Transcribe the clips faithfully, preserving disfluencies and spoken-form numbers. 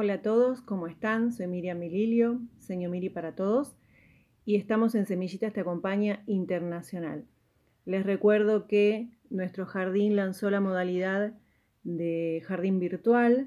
Hola a todos, ¿cómo están? Soy Miriam Mililio, Señor Miri para todos, y estamos en Semillitas Te Acompaña Internacional. Les recuerdo que nuestro jardín lanzó la modalidad de jardín virtual.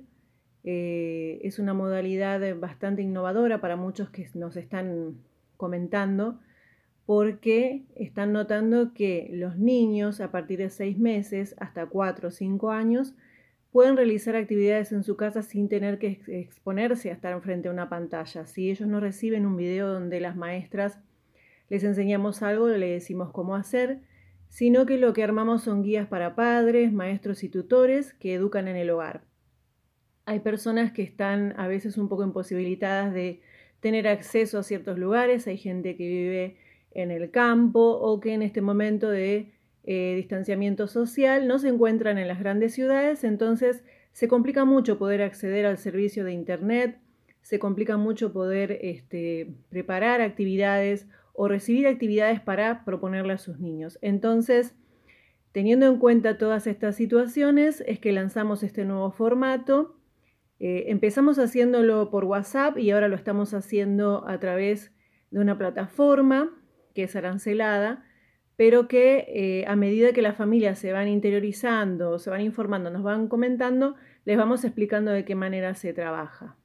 Eh, es una modalidad bastante innovadora para muchos que nos están comentando, porque están notando que los niños a partir de seis meses hasta cuatro o cinco años pueden realizar actividades en su casa sin tener que exponerse a estar frente a una pantalla. Si ellos no reciben un video donde las maestras les enseñamos algo, le decimos cómo hacer, sino que lo que armamos son guías para padres, maestros y tutores que educan en el hogar. Hay personas que están a veces un poco imposibilitadas de tener acceso a ciertos lugares, hay gente que vive en el campo o que en este momento de eh, distanciamiento social no se encuentran en las grandes ciudades, entonces se complica mucho poder acceder al servicio de internet, se complica mucho poder este, preparar actividades o recibir actividades para proponerle a sus niños. Entonces, teniendo en cuenta todas estas situaciones, es que lanzamos este nuevo formato. Eh, empezamos haciéndolo por WhatsApp y ahora lo estamos haciendo a través de una plataforma que es arancelada, pero que eh, a medida que las familias se van interiorizando, se van informando, nos van comentando, les vamos explicando de qué manera se trabaja.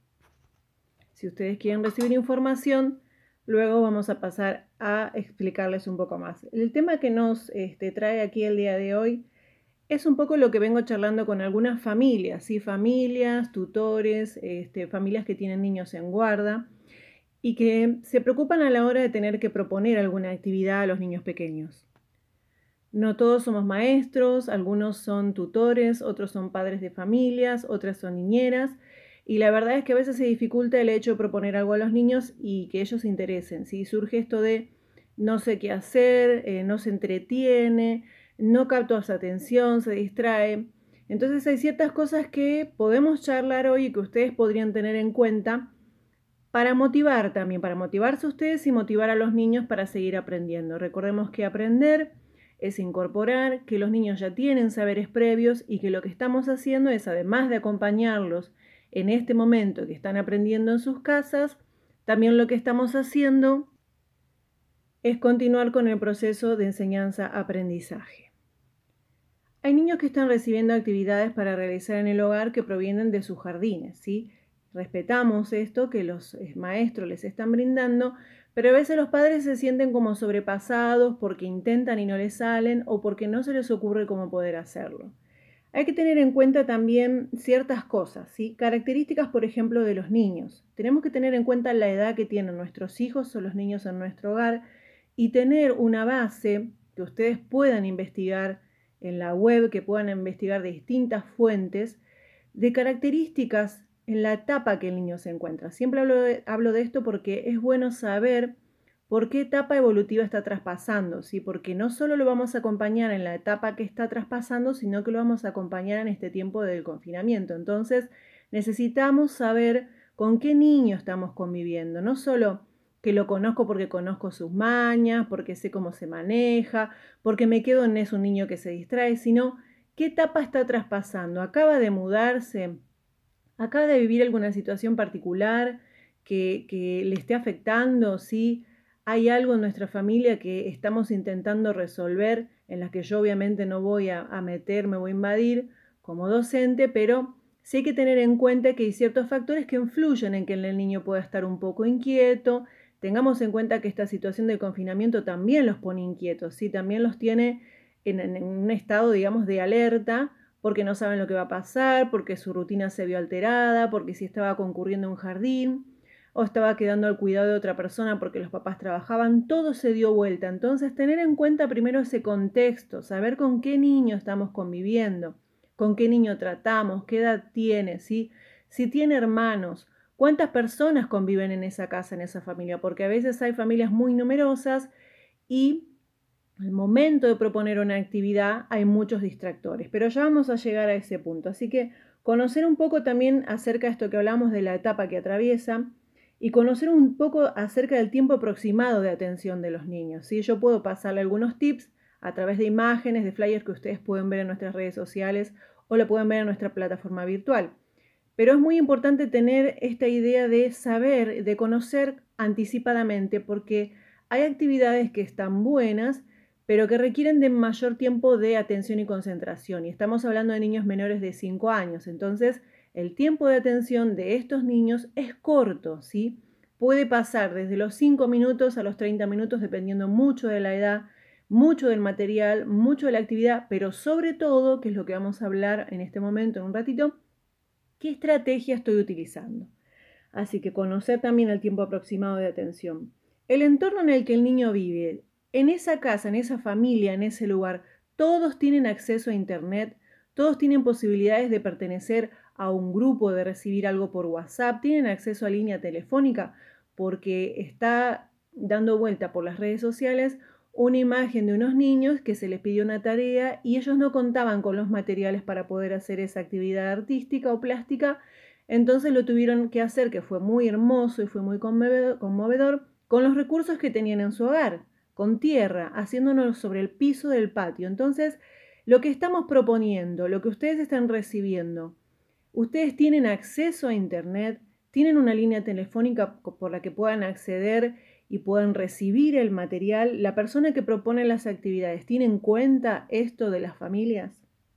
Si ustedes quieren recibir información, luego vamos a pasar a explicarles un poco más. El tema que nos este, trae aquí el día de hoy es un poco lo que vengo charlando con algunas familias, ¿sí? Familias, tutores, este, familias que tienen niños en guarda y que se preocupan a la hora de tener que proponer alguna actividad a los niños pequeños. No todos somos maestros, algunos son tutores, otros son padres de familias, otras son niñeras, y la verdad es que a veces se dificulta el hecho de proponer algo a los niños y que ellos se interesen, ¿sí? Surge esto de no sé qué hacer, eh, no se entretiene, no capto su atención, se distrae. Entonces hay ciertas cosas que podemos charlar hoy y que ustedes podrían tener en cuenta para motivar también, para motivarse ustedes y motivar a los niños para seguir aprendiendo. Recordemos que aprender es incorporar, que los niños ya tienen saberes previos y que lo que estamos haciendo es, además de acompañarlos en este momento que están aprendiendo en sus casas, también lo que estamos haciendo es continuar con el proceso de enseñanza-aprendizaje. Hay niños que están recibiendo actividades para realizar en el hogar que provienen de sus jardines, ¿sí? Respetamos esto que los maestros les están brindando, pero a veces los padres se sienten como sobrepasados porque intentan y no les salen o porque no se les ocurre cómo poder hacerlo. Hay que tener en cuenta también ciertas cosas, ¿sí? Características, por ejemplo, de los niños. Tenemos que tener en cuenta la edad que tienen nuestros hijos o los niños en nuestro hogar y tener una base que ustedes puedan investigar en la web, que puedan investigar de distintas fuentes, de características en la etapa que el niño se encuentra. Siempre hablo de, hablo de esto porque es bueno saber por qué etapa evolutiva está traspasando, ¿sí? Porque no solo lo vamos a acompañar en la etapa que está traspasando, sino que lo vamos a acompañar en este tiempo del confinamiento. Entonces, necesitamos saber con qué niño estamos conviviendo, no solo que lo conozco porque conozco sus mañas, porque sé cómo se maneja, porque me quedo en es un niño que se distrae, sino qué etapa está traspasando. Acaba de mudarse, acaba de vivir alguna situación particular que, que le esté afectando, ¿sí? Hay algo en nuestra familia que estamos intentando resolver, en la que yo obviamente no voy a, a meterme, voy a invadir como docente, pero sí hay que tener en cuenta que hay ciertos factores que influyen en que el niño pueda estar un poco inquieto. Tengamos en cuenta que esta situación del confinamiento también los pone inquietos, ¿sí? También los tiene en, en un estado, digamos, de alerta, porque no saben lo que va a pasar, porque su rutina se vio alterada, porque si estaba concurriendo a un jardín o estaba quedando al cuidado de otra persona porque los papás trabajaban, todo se dio vuelta. Entonces, tener en cuenta primero ese contexto, saber con qué niño estamos conviviendo, con qué niño tratamos, qué edad tiene, ¿sí? Si tiene hermanos, cuántas personas conviven en esa casa, en esa familia, porque a veces hay familias muy numerosas y al momento de proponer una actividad hay muchos distractores, pero ya vamos a llegar a ese punto. Así que conocer un poco también acerca de esto que hablamos de la etapa que atraviesa y conocer un poco acerca del tiempo aproximado de atención de los niños, ¿sí? Yo puedo pasarle algunos tips a través de imágenes, de flyers que ustedes pueden ver en nuestras redes sociales o lo pueden ver en nuestra plataforma virtual. Pero es muy importante tener esta idea de saber, de conocer anticipadamente, porque hay actividades que están buenas, pero que requieren de mayor tiempo de atención y concentración. Y estamos hablando de niños menores de cinco años. Entonces, el tiempo de atención de estos niños es corto, ¿sí? Puede pasar desde los cinco minutos a los treinta minutos, dependiendo mucho de la edad, mucho del material, mucho de la actividad, pero sobre todo, que es lo que vamos a hablar en este momento, en un ratito, ¿qué estrategia estoy utilizando? Así que conocer también el tiempo aproximado de atención. El entorno en el que el niño vive, en esa casa, en esa familia, en ese lugar, todos tienen acceso a Internet, todos tienen posibilidades de pertenecer a un grupo, de recibir algo por WhatsApp, tienen acceso a línea telefónica, porque está dando vuelta por las redes sociales una imagen de unos niños que se les pidió una tarea y ellos no contaban con los materiales para poder hacer esa actividad artística o plástica, entonces lo tuvieron que hacer, que fue muy hermoso y fue muy conmovedor, con los recursos que tenían en su hogar, con tierra, haciéndonos sobre el piso del patio. Entonces, lo que estamos proponiendo, lo que ustedes están recibiendo, ustedes tienen acceso a Internet, tienen una línea telefónica por la que puedan acceder y puedan recibir el material. La persona que propone las actividades, ¿tiene en cuenta esto de las familias?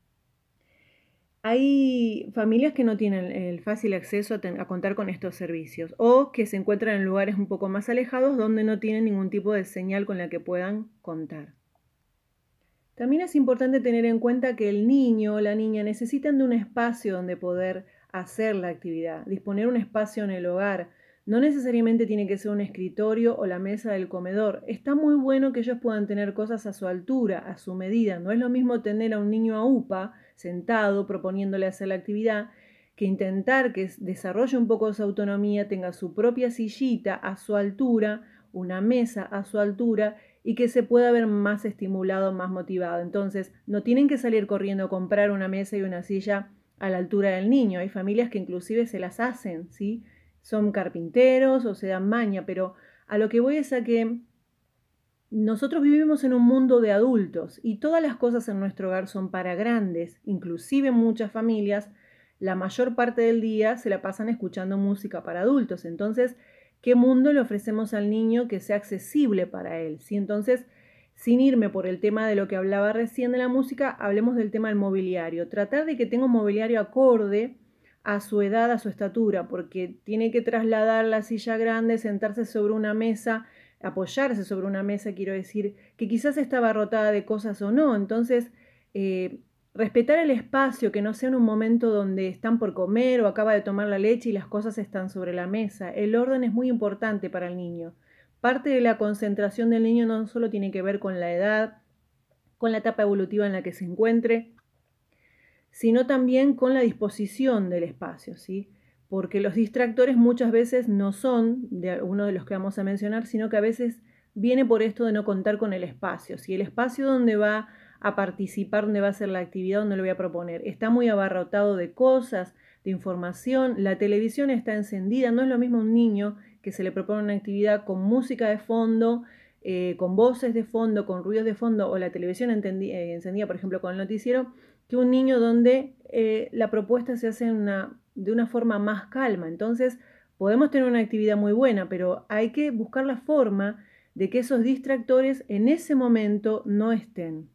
Hay familias que no tienen el fácil acceso a, ten, a, contar con estos servicios o que se encuentran en lugares un poco más alejados donde no tienen ningún tipo de señal con la que puedan contar. También es importante tener en cuenta que el niño o la niña necesitan de un espacio donde poder hacer la actividad, disponer un espacio en el hogar. No necesariamente tiene que ser un escritorio o la mesa del comedor. Está muy bueno que ellos puedan tener cosas a su altura, a su medida. No es lo mismo tener a un niño a UPA sentado proponiéndole hacer la actividad que intentar que desarrolle un poco su autonomía, tenga su propia sillita a su altura, una mesa a su altura y que se pueda ver más estimulado, más motivado. Entonces, no tienen que salir corriendo a comprar una mesa y una silla a la altura del niño. Hay familias que inclusive se las hacen, ¿sí? Son carpinteros o se dan maña, pero a lo que voy es a que nosotros vivimos en un mundo de adultos y todas las cosas en nuestro hogar son para grandes, inclusive muchas familias, la mayor parte del día se la pasan escuchando música para adultos. Entonces, ¿qué mundo le ofrecemos al niño que sea accesible para él? ¿Sí? Entonces, sin irme por el tema de lo que hablaba recién de la música, hablemos del tema del mobiliario. Tratar de que tenga un mobiliario acorde a su edad, a su estatura, porque tiene que trasladar la silla grande, sentarse sobre una mesa, apoyarse sobre una mesa, quiero decir, que quizás está abarrotada de cosas o no. Entonces, eh, respetar el espacio, que no sea en un momento donde están por comer o acaba de tomar la leche y las cosas están sobre la mesa. El orden es muy importante para el niño. Parte de la concentración del niño no solo tiene que ver con la edad, con la etapa evolutiva en la que se encuentre, sino también con la disposición del espacio, ¿sí? Porque los distractores muchas veces no son de uno de los que vamos a mencionar, sino que a veces viene por esto de no contar con el espacio. Si el espacio donde va a participar, donde va a hacer la actividad, donde lo voy a proponer, está muy abarrotado de cosas, de información, la televisión está encendida, no es lo mismo un niño que se le propone una actividad con música de fondo, eh, con voces de fondo, con ruidos de fondo, o la televisión eh, encendida, por ejemplo, con el noticiero, que un niño donde eh, la propuesta se hace una, de una forma más calma. Entonces, podemos tener una actividad muy buena, pero hay que buscar la forma de que esos distractores en ese momento no estén.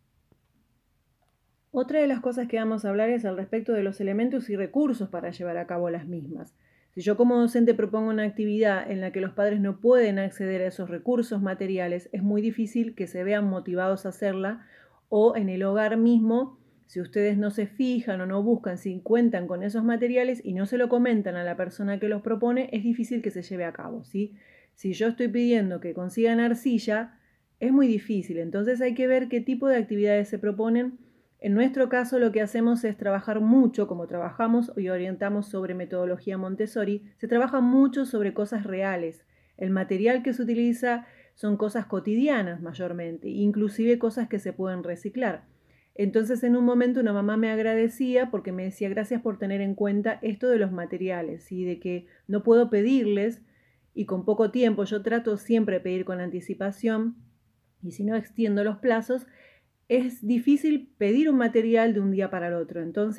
Otra de las cosas que vamos a hablar es al respecto de los elementos y recursos para llevar a cabo las mismas. Si yo como docente propongo una actividad en la que los padres no pueden acceder a esos recursos materiales, es muy difícil que se vean motivados a hacerla, o en el hogar mismo, si ustedes no se fijan o no buscan si cuentan con esos materiales y no se lo comentan a la persona que los propone, es difícil que se lleve a cabo, ¿sí? Si yo estoy pidiendo que consigan arcilla, es muy difícil. Entonces hay que ver qué tipo de actividades se proponen. En nuestro caso lo que hacemos es trabajar mucho, como trabajamos y orientamos sobre metodología Montessori, se trabaja mucho sobre cosas reales. El material que se utiliza son cosas cotidianas mayormente, inclusive cosas que se pueden reciclar. Entonces en un momento una mamá me agradecía porque me decía gracias por tener en cuenta esto de los materiales y de que no puedo pedirles y con poco tiempo, yo trato siempre de pedir con anticipación y si no extiendo los plazos, es difícil pedir un material de un día para el otro. Entonces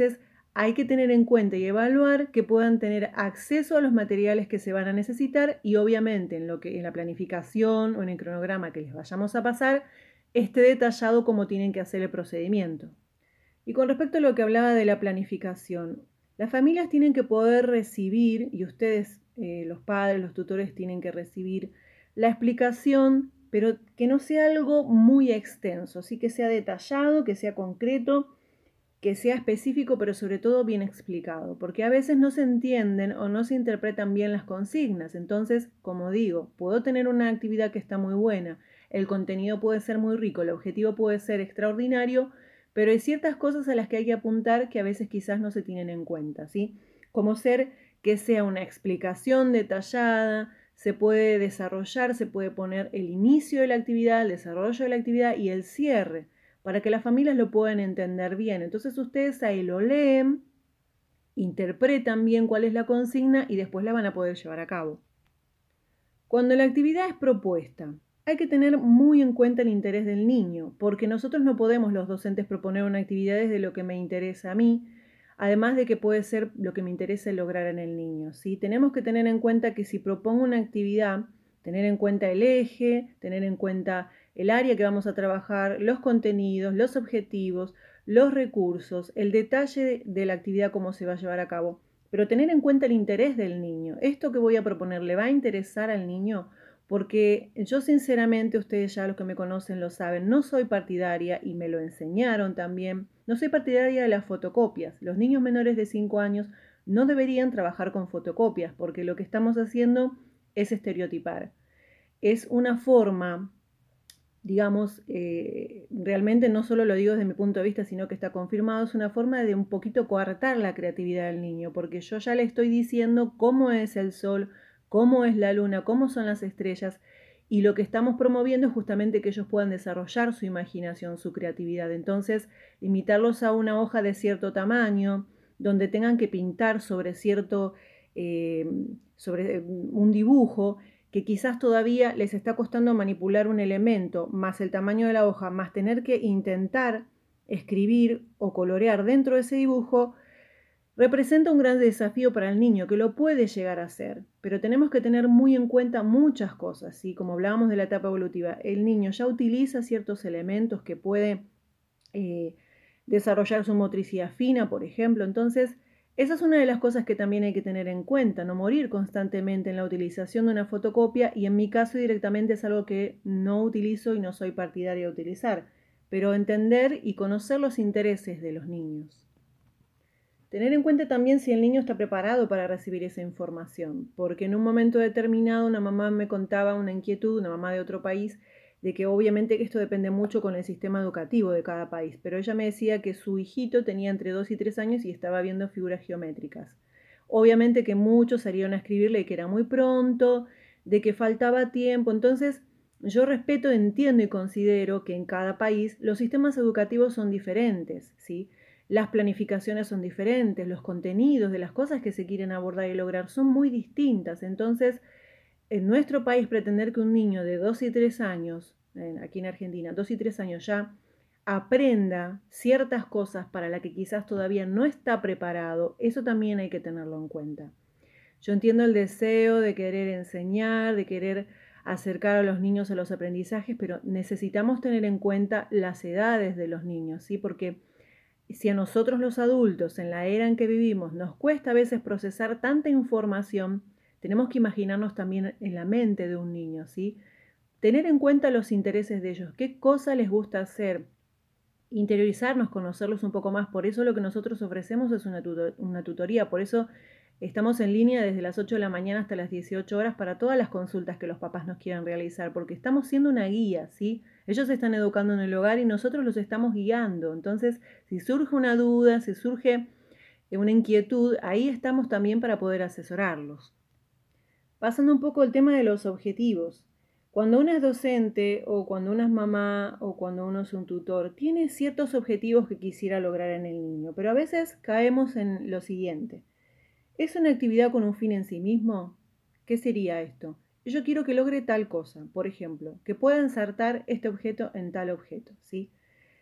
hay que tener en cuenta y evaluar que puedan tener acceso a los materiales que se van a necesitar y obviamente en, lo que, en la planificación o en el cronograma que les vayamos a pasar esté detallado cómo tienen que hacer el procedimiento. Y con respecto a lo que hablaba de la planificación, las familias tienen que poder recibir, y ustedes, eh, los padres, los tutores, tienen que recibir la explicación, pero que no sea algo muy extenso, sí que sea detallado, que sea concreto, que sea específico, pero sobre todo bien explicado, porque a veces no se entienden o no se interpretan bien las consignas. Entonces, como digo, puedo tener una actividad que está muy buena, el contenido puede ser muy rico, el objetivo puede ser extraordinario, pero hay ciertas cosas a las que hay que apuntar que a veces quizás no se tienen en cuenta, ¿sí? Como ser que sea una explicación detallada, se puede desarrollar, se puede poner el inicio de la actividad, el desarrollo de la actividad y el cierre, para que las familias lo puedan entender bien. Entonces ustedes ahí lo leen, interpretan bien cuál es la consigna y después la van a poder llevar a cabo. Cuando la actividad es propuesta, hay que tener muy en cuenta el interés del niño, porque nosotros no podemos los docentes proponer una actividad desde lo que me interesa a mí, además de que puede ser lo que me interesa lograr en el niño, ¿sí? Tenemos que tener en cuenta que si propongo una actividad, tener en cuenta el eje, tener en cuenta el área que vamos a trabajar, los contenidos, los objetivos, los recursos, el detalle de la actividad, cómo se va a llevar a cabo. Pero tener en cuenta el interés del niño. Esto que voy a proponer le va a interesar al niño, porque yo sinceramente, ustedes ya los que me conocen lo saben, no soy partidaria y me lo enseñaron también, no soy partidaria de las fotocopias. Los niños menores de cinco años no deberían trabajar con fotocopias porque lo que estamos haciendo es estereotipar. Es una forma, digamos, eh, realmente no solo lo digo desde mi punto de vista, sino que está confirmado, es una forma de un poquito coartar la creatividad del niño, porque yo ya le estoy diciendo cómo es el sol, cómo es la luna, cómo son las estrellas, y lo que estamos promoviendo es justamente que ellos puedan desarrollar su imaginación, su creatividad. Entonces, limitarlos a una hoja de cierto tamaño, donde tengan que pintar sobre cierto, eh, sobre un dibujo, que quizás todavía les está costando manipular un elemento, más el tamaño de la hoja, más tener que intentar escribir o colorear dentro de ese dibujo, representa un gran desafío para el niño que lo puede llegar a hacer, pero tenemos que tener muy en cuenta muchas cosas, ¿sí? Como hablábamos de la etapa evolutiva, el niño ya utiliza ciertos elementos que puede eh, desarrollar su motricidad fina, por ejemplo, entonces esa es una de las cosas que también hay que tener en cuenta, no morir constantemente en la utilización de una fotocopia, y en mi caso directamente es algo que no utilizo y no soy partidaria de utilizar, pero entender y conocer los intereses de los niños. Tener en cuenta también si el niño está preparado para recibir esa información, porque en un momento determinado una mamá me contaba una inquietud, una mamá de otro país, de que obviamente que esto depende mucho con el sistema educativo de cada país, pero ella me decía que su hijito tenía entre dos y tres años y estaba viendo figuras geométricas. Obviamente que muchos salieron a escribirle que era muy pronto, de que faltaba tiempo, entonces yo respeto, entiendo y considero que en cada país los sistemas educativos son diferentes, ¿sí? Las planificaciones son diferentes, los contenidos de las cosas que se quieren abordar y lograr son muy distintas. Entonces, en nuestro país pretender que un niño de dos y tres años, aquí en Argentina, dos y tres años ya aprenda ciertas cosas para las que quizás todavía no está preparado, eso también hay que tenerlo en cuenta. Yo entiendo el deseo de querer enseñar, de querer acercar a los niños a los aprendizajes, pero necesitamos tener en cuenta las edades de los niños, ¿sí? Porque si a nosotros los adultos, en la era en que vivimos, nos cuesta a veces procesar tanta información, tenemos que imaginarnos también en la mente de un niño, ¿sí? Tener en cuenta los intereses de ellos, qué cosa les gusta hacer, interiorizarnos, conocerlos un poco más. Por eso lo que nosotros ofrecemos es una, tutor una tutoría, por eso estamos en línea desde las ocho de la mañana hasta las dieciocho horas para todas las consultas que los papás nos quieran realizar, porque estamos siendo una guía, ¿sí? Ellos se están educando en el hogar y nosotros los estamos guiando. Entonces, si surge una duda, si surge una inquietud, ahí estamos también para poder asesorarlos. Pasando un poco al tema de los objetivos. Cuando uno es docente o cuando uno es mamá o cuando uno es un tutor, tiene ciertos objetivos que quisiera lograr en el niño, pero a veces caemos en lo siguiente. ¿Es una actividad con un fin en sí mismo? ¿Qué sería esto? Yo quiero que logre tal cosa, por ejemplo, que pueda insertar este objeto en tal objeto, ¿sí?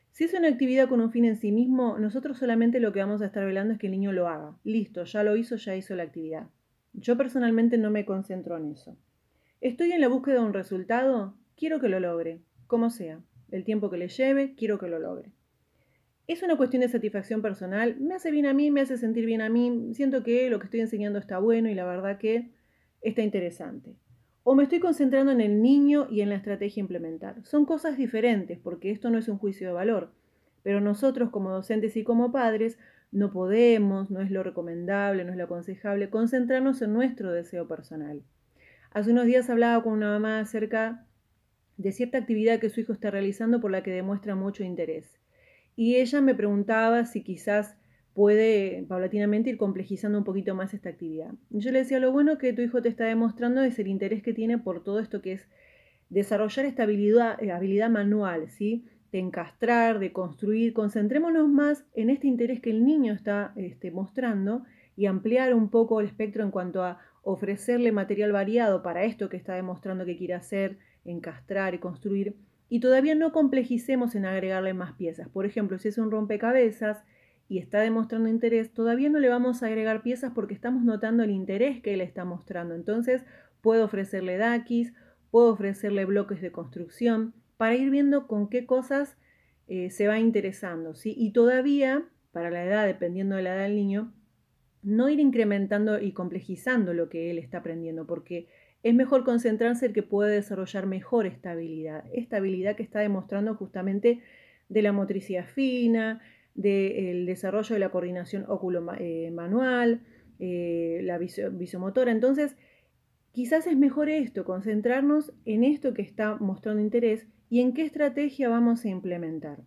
Si es una actividad con un fin en sí mismo, nosotros solamente lo que vamos a estar velando es que el niño lo haga. Listo, ya lo hizo, ya hizo la actividad. Yo personalmente no me concentro en eso. Estoy en la búsqueda de un resultado, quiero que lo logre, como sea. El tiempo que le lleve, quiero que lo logre. Es una cuestión de satisfacción personal, me hace bien a mí, me hace sentir bien a mí, siento que lo que estoy enseñando está bueno y la verdad que está interesante. O me estoy concentrando en el niño y en la estrategia a implementar. Son cosas diferentes porque esto no es un juicio de valor, pero nosotros como docentes y como padres no podemos, no es lo recomendable, no es lo aconsejable, concentrarnos en nuestro deseo personal. Hace unos días hablaba con una mamá acerca de cierta actividad que su hijo está realizando por la que demuestra mucho interés. Y ella me preguntaba si quizás puede paulatinamente ir complejizando un poquito más esta actividad. Yo le decía, lo bueno que tu hijo te está demostrando es el interés que tiene por todo esto que es desarrollar esta habilidad, eh, habilidad manual, ¿sí? De encastrar, de construir. Concentrémonos más en este interés que el niño está este, mostrando y ampliar un poco el espectro en cuanto a ofrecerle material variado para esto que está demostrando que quiere hacer, encastrar y construir. Y todavía no complejicemos en agregarle más piezas. Por ejemplo, si es un rompecabezas y está demostrando interés, todavía no le vamos a agregar piezas porque estamos notando el interés que él está mostrando. Entonces, puedo ofrecerle daquis, puedo ofrecerle bloques de construcción para ir viendo con qué cosas eh, se va interesando, ¿sí? Y todavía, para la edad, dependiendo de la edad del niño, no ir incrementando y complejizando lo que él está aprendiendo, porque es mejor concentrarse en que puede desarrollar mejor esta habilidad, esta habilidad que está demostrando justamente de la motricidad fina, del desarrollo de la coordinación óculo-manual, eh, la visomotora. Entonces, quizás es mejor esto, concentrarnos en esto que está mostrando interés y en qué estrategia vamos a implementar.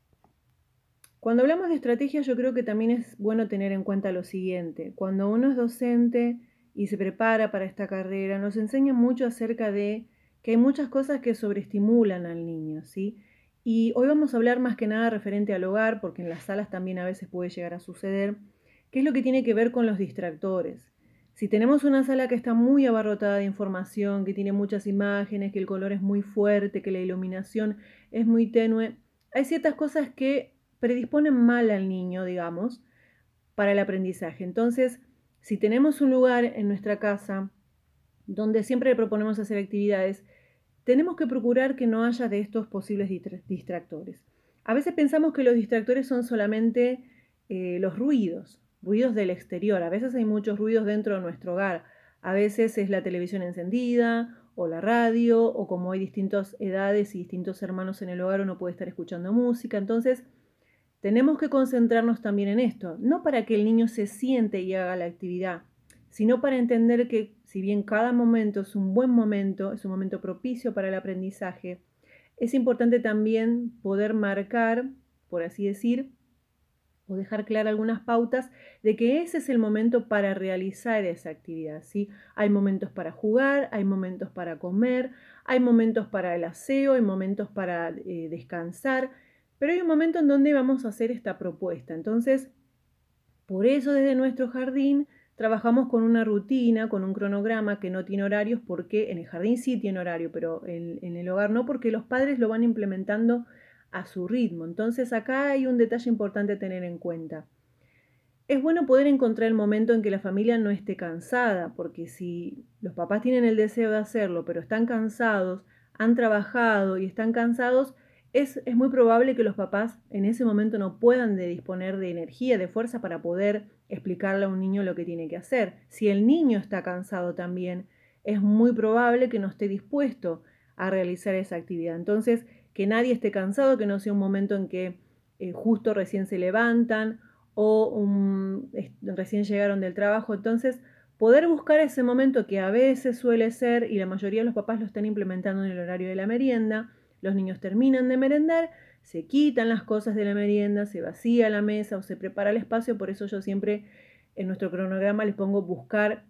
Cuando hablamos de estrategia, yo creo que también es bueno tener en cuenta lo siguiente. Cuando uno es docente y se prepara para esta carrera, nos enseña mucho acerca de que hay muchas cosas que sobreestimulan al niño, ¿sí? Y hoy vamos a hablar más que nada referente al hogar, porque en las salas también a veces puede llegar a suceder, que es lo que tiene que ver con los distractores. Si tenemos una sala que está muy abarrotada de información, que tiene muchas imágenes, que el color es muy fuerte, que la iluminación es muy tenue, hay ciertas cosas que predisponen mal al niño, digamos, para el aprendizaje. Entonces, si tenemos un lugar en nuestra casa donde siempre le proponemos hacer actividades, tenemos que procurar que no haya de estos posibles distractores. A veces pensamos que los distractores son solamente eh, los ruidos, ruidos del exterior. A veces hay muchos ruidos dentro de nuestro hogar. A veces es la televisión encendida o la radio, o como hay distintas edades y distintos hermanos en el hogar, uno puede estar escuchando música. Entonces, tenemos que concentrarnos también en esto, no para que el niño se siente y haga la actividad, sino para entender que si bien cada momento es un buen momento, es un momento propicio para el aprendizaje, es importante también poder marcar, por así decir, o dejar claras algunas pautas de que ese es el momento para realizar esa actividad, ¿sí? Hay momentos para jugar, hay momentos para comer, hay momentos para el aseo, hay momentos para eh, descansar, pero hay un momento en donde vamos a hacer esta propuesta. Entonces, por eso desde nuestro jardín trabajamos con una rutina, con un cronograma que no tiene horarios, porque en el jardín sí tiene horario, pero en, en el hogar no, porque los padres lo van implementando a su ritmo. Entonces acá hay un detalle importante a tener en cuenta. Es bueno poder encontrar el momento en que la familia no esté cansada, porque si los papás tienen el deseo de hacerlo, pero están cansados, han trabajado y están cansados, es, es muy probable que los papás en ese momento no puedan de disponer de energía, de fuerza para poder explicarle a un niño lo que tiene que hacer. Si el niño está cansado también, es muy probable que no esté dispuesto a realizar esa actividad. Entonces, que nadie esté cansado, que no sea un momento en que eh, justo recién se levantan o un, recién llegaron del trabajo. Entonces, poder buscar ese momento que a veces suele ser, y la mayoría de los papás lo están implementando en el horario de la merienda, los niños terminan de merendar, se quitan las cosas de la merienda, se vacía la mesa o se prepara el espacio. Por eso yo siempre en nuestro cronograma les pongo buscar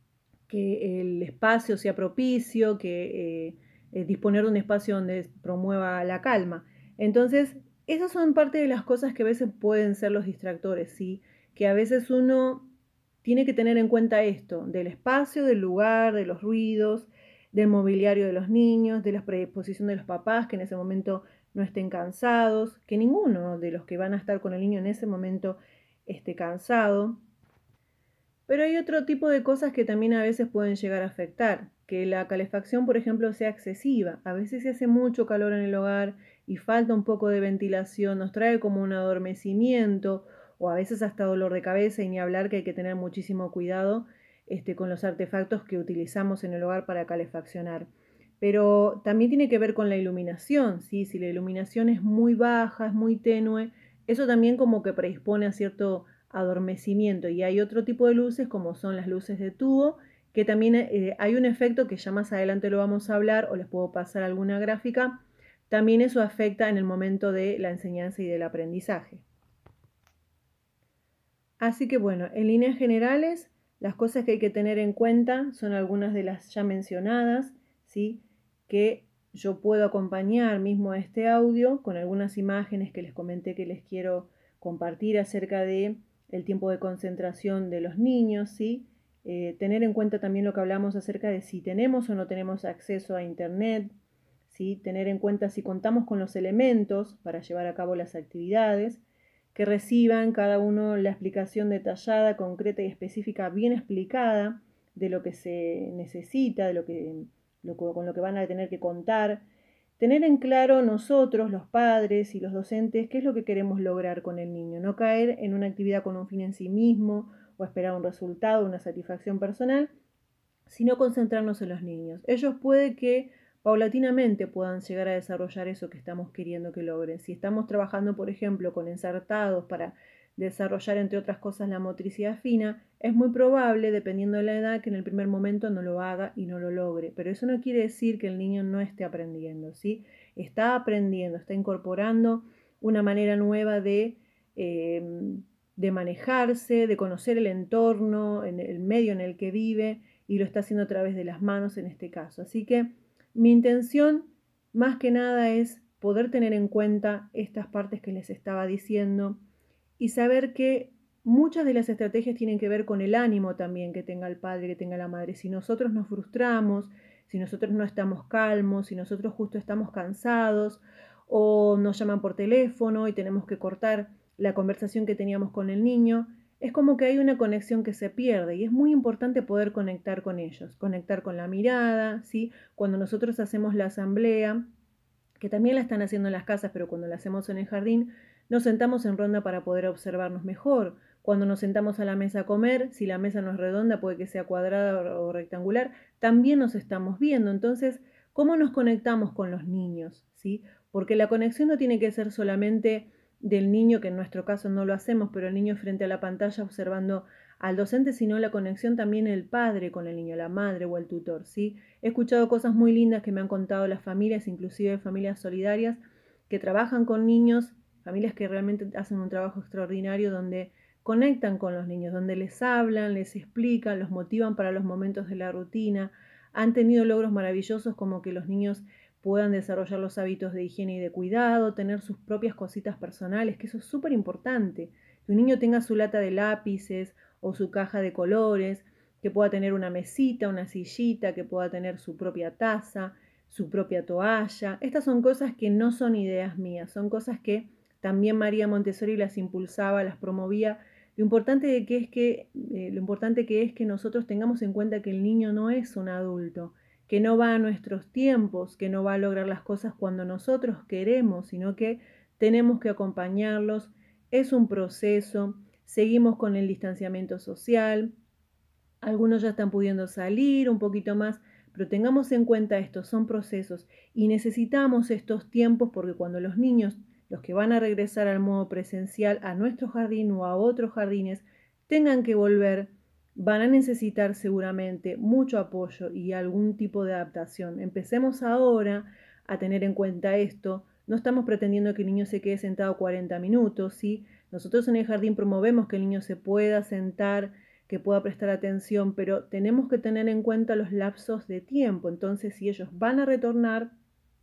que el espacio sea propicio, que eh, eh, disponer de un espacio donde promueva la calma. Entonces, esas son parte de las cosas que a veces pueden ser los distractores, ¿sí? Que a veces uno tiene que tener en cuenta esto, del espacio, del lugar, de los ruidos, del mobiliario de los niños, de la predisposición de los papás, que en ese momento no estén cansados, que ninguno de los que van a estar con el niño en ese momento esté cansado. Pero hay otro tipo de cosas que también a veces pueden llegar a afectar, que la calefacción, por ejemplo, sea excesiva. A veces se hace mucho calor en el hogar y falta un poco de ventilación, nos trae como un adormecimiento o a veces hasta dolor de cabeza, y ni hablar que hay que tener muchísimo cuidado este, con los artefactos que utilizamos en el hogar para calefaccionar. Pero también tiene que ver con la iluminación, ¿sí? Si la iluminación es muy baja, es muy tenue, eso también como que predispone a cierto adormecimiento. Y hay otro tipo de luces como son las luces de tubo, que también eh, hay un efecto que ya más adelante lo vamos a hablar o les puedo pasar alguna gráfica. También eso afecta en el momento de la enseñanza y del aprendizaje. Así que bueno, en líneas generales, las cosas que hay que tener en cuenta son algunas de las ya mencionadas, ¿sí? Que yo puedo acompañar mismo a este audio con algunas imágenes que les comenté que les quiero compartir acerca de el tiempo de concentración de los niños, ¿sí? Eh, tener en cuenta también lo que hablamos acerca de si tenemos o no tenemos acceso a internet, ¿sí? Tener en cuenta si contamos con los elementos para llevar a cabo las actividades, que reciban cada uno la explicación detallada, concreta y específica, bien explicada de lo que se necesita, de lo que, lo, con lo que van a tener que contar. Tener en claro nosotros, los padres y los docentes, qué es lo que queremos lograr con el niño. No caer en una actividad con un fin en sí mismo o esperar un resultado, una satisfacción personal, sino concentrarnos en los niños. Ellos puede que paulatinamente puedan llegar a desarrollar eso que estamos queriendo que logren. Si estamos trabajando, por ejemplo, con ensartados para desarrollar, entre otras cosas, la motricidad fina, es muy probable, dependiendo de la edad, que en el primer momento no lo haga y no lo logre. Pero eso no quiere decir que el niño no esté aprendiendo, ¿sí? Está aprendiendo, está incorporando una manera nueva de, eh, de manejarse, de conocer el entorno, en el medio en el que vive, y lo está haciendo a través de las manos en este caso. Así que mi intención más que nada es poder tener en cuenta estas partes que les estaba diciendo y saber que muchas de las estrategias tienen que ver con el ánimo también que tenga el padre, que tenga la madre. Si nosotros nos frustramos, si nosotros no estamos calmos, si nosotros justo estamos cansados o nos llaman por teléfono y tenemos que cortar la conversación que teníamos con el niño, es como que hay una conexión que se pierde y es muy importante poder conectar con ellos, conectar con la mirada, ¿sí? Cuando nosotros hacemos la asamblea, que también la están haciendo en las casas, pero cuando la hacemos en el jardín, nos sentamos en ronda para poder observarnos mejor. Cuando nos sentamos a la mesa a comer, si la mesa no es redonda, puede que sea cuadrada o rectangular, también nos estamos viendo. Entonces, ¿cómo nos conectamos con los niños? ¿Sí? Porque la conexión no tiene que ser solamente del niño, que en nuestro caso no lo hacemos, pero el niño frente a la pantalla observando al docente, sino la conexión también el padre con el niño, la madre o el tutor, ¿sí? He escuchado cosas muy lindas que me han contado las familias, inclusive familias solidarias, que trabajan con niños, familias que realmente hacen un trabajo extraordinario donde conectan con los niños, donde les hablan, les explican, los motivan para los momentos de la rutina. Han tenido logros maravillosos como que los niños puedan desarrollar los hábitos de higiene y de cuidado, tener sus propias cositas personales, que eso es súper importante. Que un niño tenga su lata de lápices o su caja de colores, que pueda tener una mesita, una sillita, que pueda tener su propia taza, su propia toalla. Estas son cosas que no son ideas mías, son cosas que también María Montessori las impulsaba, las promovía. Lo importante, que es que, eh, lo importante que es que nosotros tengamos en cuenta que el niño no es un adulto, que no va a nuestros tiempos, que no va a lograr las cosas cuando nosotros queremos, sino que tenemos que acompañarlos. Es un proceso, seguimos con el distanciamiento social, algunos ya están pudiendo salir un poquito más, pero tengamos en cuenta esto, son procesos y necesitamos estos tiempos porque cuando los niños, los que van a regresar al modo presencial a nuestro jardín o a otros jardines, tengan que volver, van a necesitar seguramente mucho apoyo y algún tipo de adaptación. Empecemos ahora a tener en cuenta esto. No estamos pretendiendo que el niño se quede sentado cuarenta minutos, ¿sí? Nosotros en el jardín promovemos que el niño se pueda sentar, que pueda prestar atención, pero tenemos que tener en cuenta los lapsos de tiempo. Entonces, si ellos van a retornar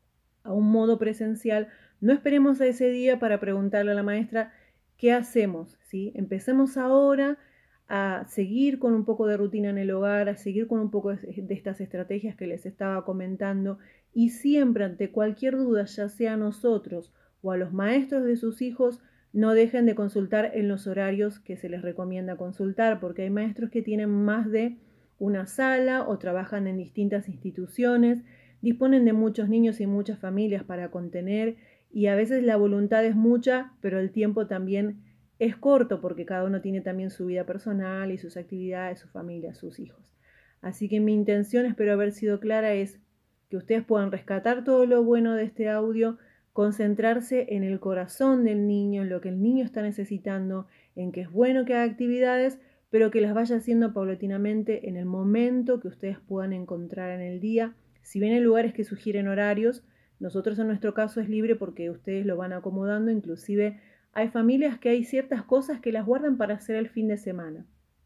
a un modo presencial, no esperemos a ese día para preguntarle a la maestra qué hacemos, ¿sí? Empecemos ahora a seguir con un poco de rutina en el hogar, a seguir con un poco de estas estrategias que les estaba comentando, y siempre ante cualquier duda, ya sea a nosotros o a los maestros de sus hijos, no dejen de consultar en los horarios que se les recomienda consultar, porque hay maestros que tienen más de una sala o trabajan en distintas instituciones, disponen de muchos niños y muchas familias para contener, y a veces la voluntad es mucha, pero el tiempo también es corto porque cada uno tiene también su vida personal y sus actividades, su familia, sus hijos. Así que mi intención, espero haber sido clara, es que ustedes puedan rescatar todo lo bueno de este audio, concentrarse en el corazón del niño, en lo que el niño está necesitando, en que es bueno que haga actividades, pero que las vaya haciendo paulatinamente en el momento que ustedes puedan encontrar en el día. Si bien hay lugares que sugieren horarios, nosotros en nuestro caso es libre porque ustedes lo van acomodando. Inclusive hay familias que hay ciertas cosas que las guardan para hacer el fin de semana.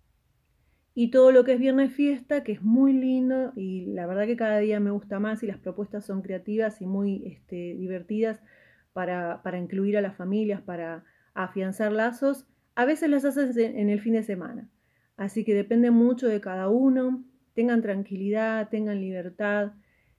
Y todo lo que es viernes fiesta, que es muy lindo y la verdad que cada día me gusta más, y las propuestas son creativas y muy este, divertidas para, para incluir a las familias, para afianzar lazos, a veces las haces en el fin de semana. Así que depende mucho de cada uno. Tengan tranquilidad, tengan libertad,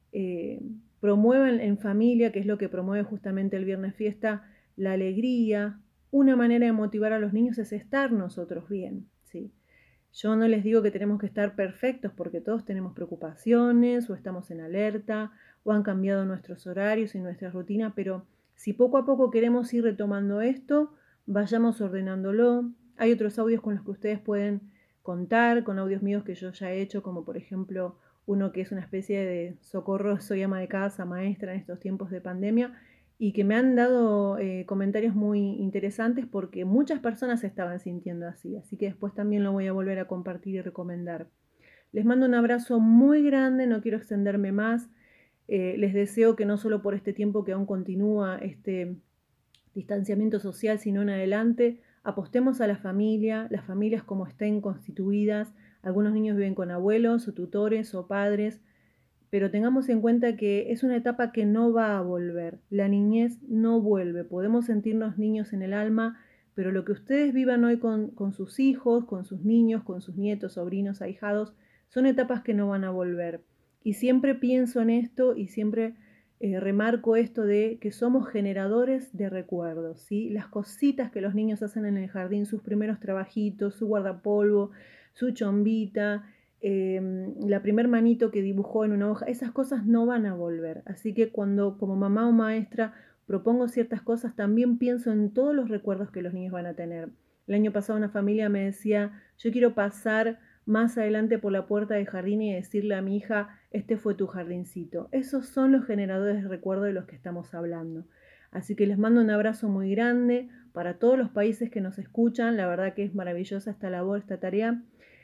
eh, promuevan en familia, que es lo que promueve justamente el viernes fiesta, la alegría. Una manera de motivar a los niños es estar nosotros bien, ¿sí? Yo no les digo que tenemos que estar perfectos porque todos tenemos preocupaciones o estamos en alerta o han cambiado nuestros horarios y nuestra rutina, pero si poco a poco queremos ir retomando esto, vayamos ordenándolo. Hay otros audios con los que ustedes pueden contar, con audios míos que yo ya he hecho, como por ejemplo uno que es una especie de socorro, soy ama de casa, maestra en estos tiempos de pandemia, y que me han dado eh, comentarios muy interesantes porque muchas personas se estaban sintiendo así, así que después también lo voy a volver a compartir y recomendar. Les mando un abrazo muy grande, no quiero extenderme más, eh, les deseo que no solo por este tiempo que aún continúa este distanciamiento social, sino en adelante, apostemos a la familia, las familias como estén constituidas. Algunos niños viven con abuelos o tutores o padres, pero tengamos en cuenta que es una etapa que no va a volver. La niñez no vuelve. Podemos sentirnos niños en el alma, pero lo que ustedes vivan hoy con, con sus hijos, con sus niños, con sus nietos, sobrinos, ahijados, son etapas que no van a volver. Y siempre pienso en esto y siempre eh, remarco esto de que somos generadores de recuerdos, ¿sí? Las cositas que los niños hacen en el jardín, sus primeros trabajitos, su guardapolvo, su chombita, Eh, la primer manito que dibujó en una hoja, esas cosas no van a volver. Así que cuando como mamá o maestra propongo ciertas cosas, también pienso en todos los recuerdos que los niños van a tener. El año pasado una familia me decía, yo quiero pasar más adelante por la puerta del jardín y decirle a mi hija, este fue tu jardincito. Esos son los generadores de recuerdo de los que estamos hablando. Así que les mando un abrazo muy grande para todos los países que nos escuchan. La verdad que es maravillosa esta labor, esta tarea.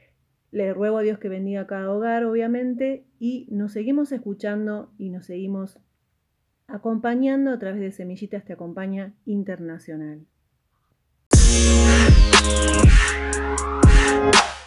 Le ruego a Dios que bendiga cada hogar, obviamente, y nos seguimos escuchando y nos seguimos acompañando a través de Semillitas Te Acompaña Internacional.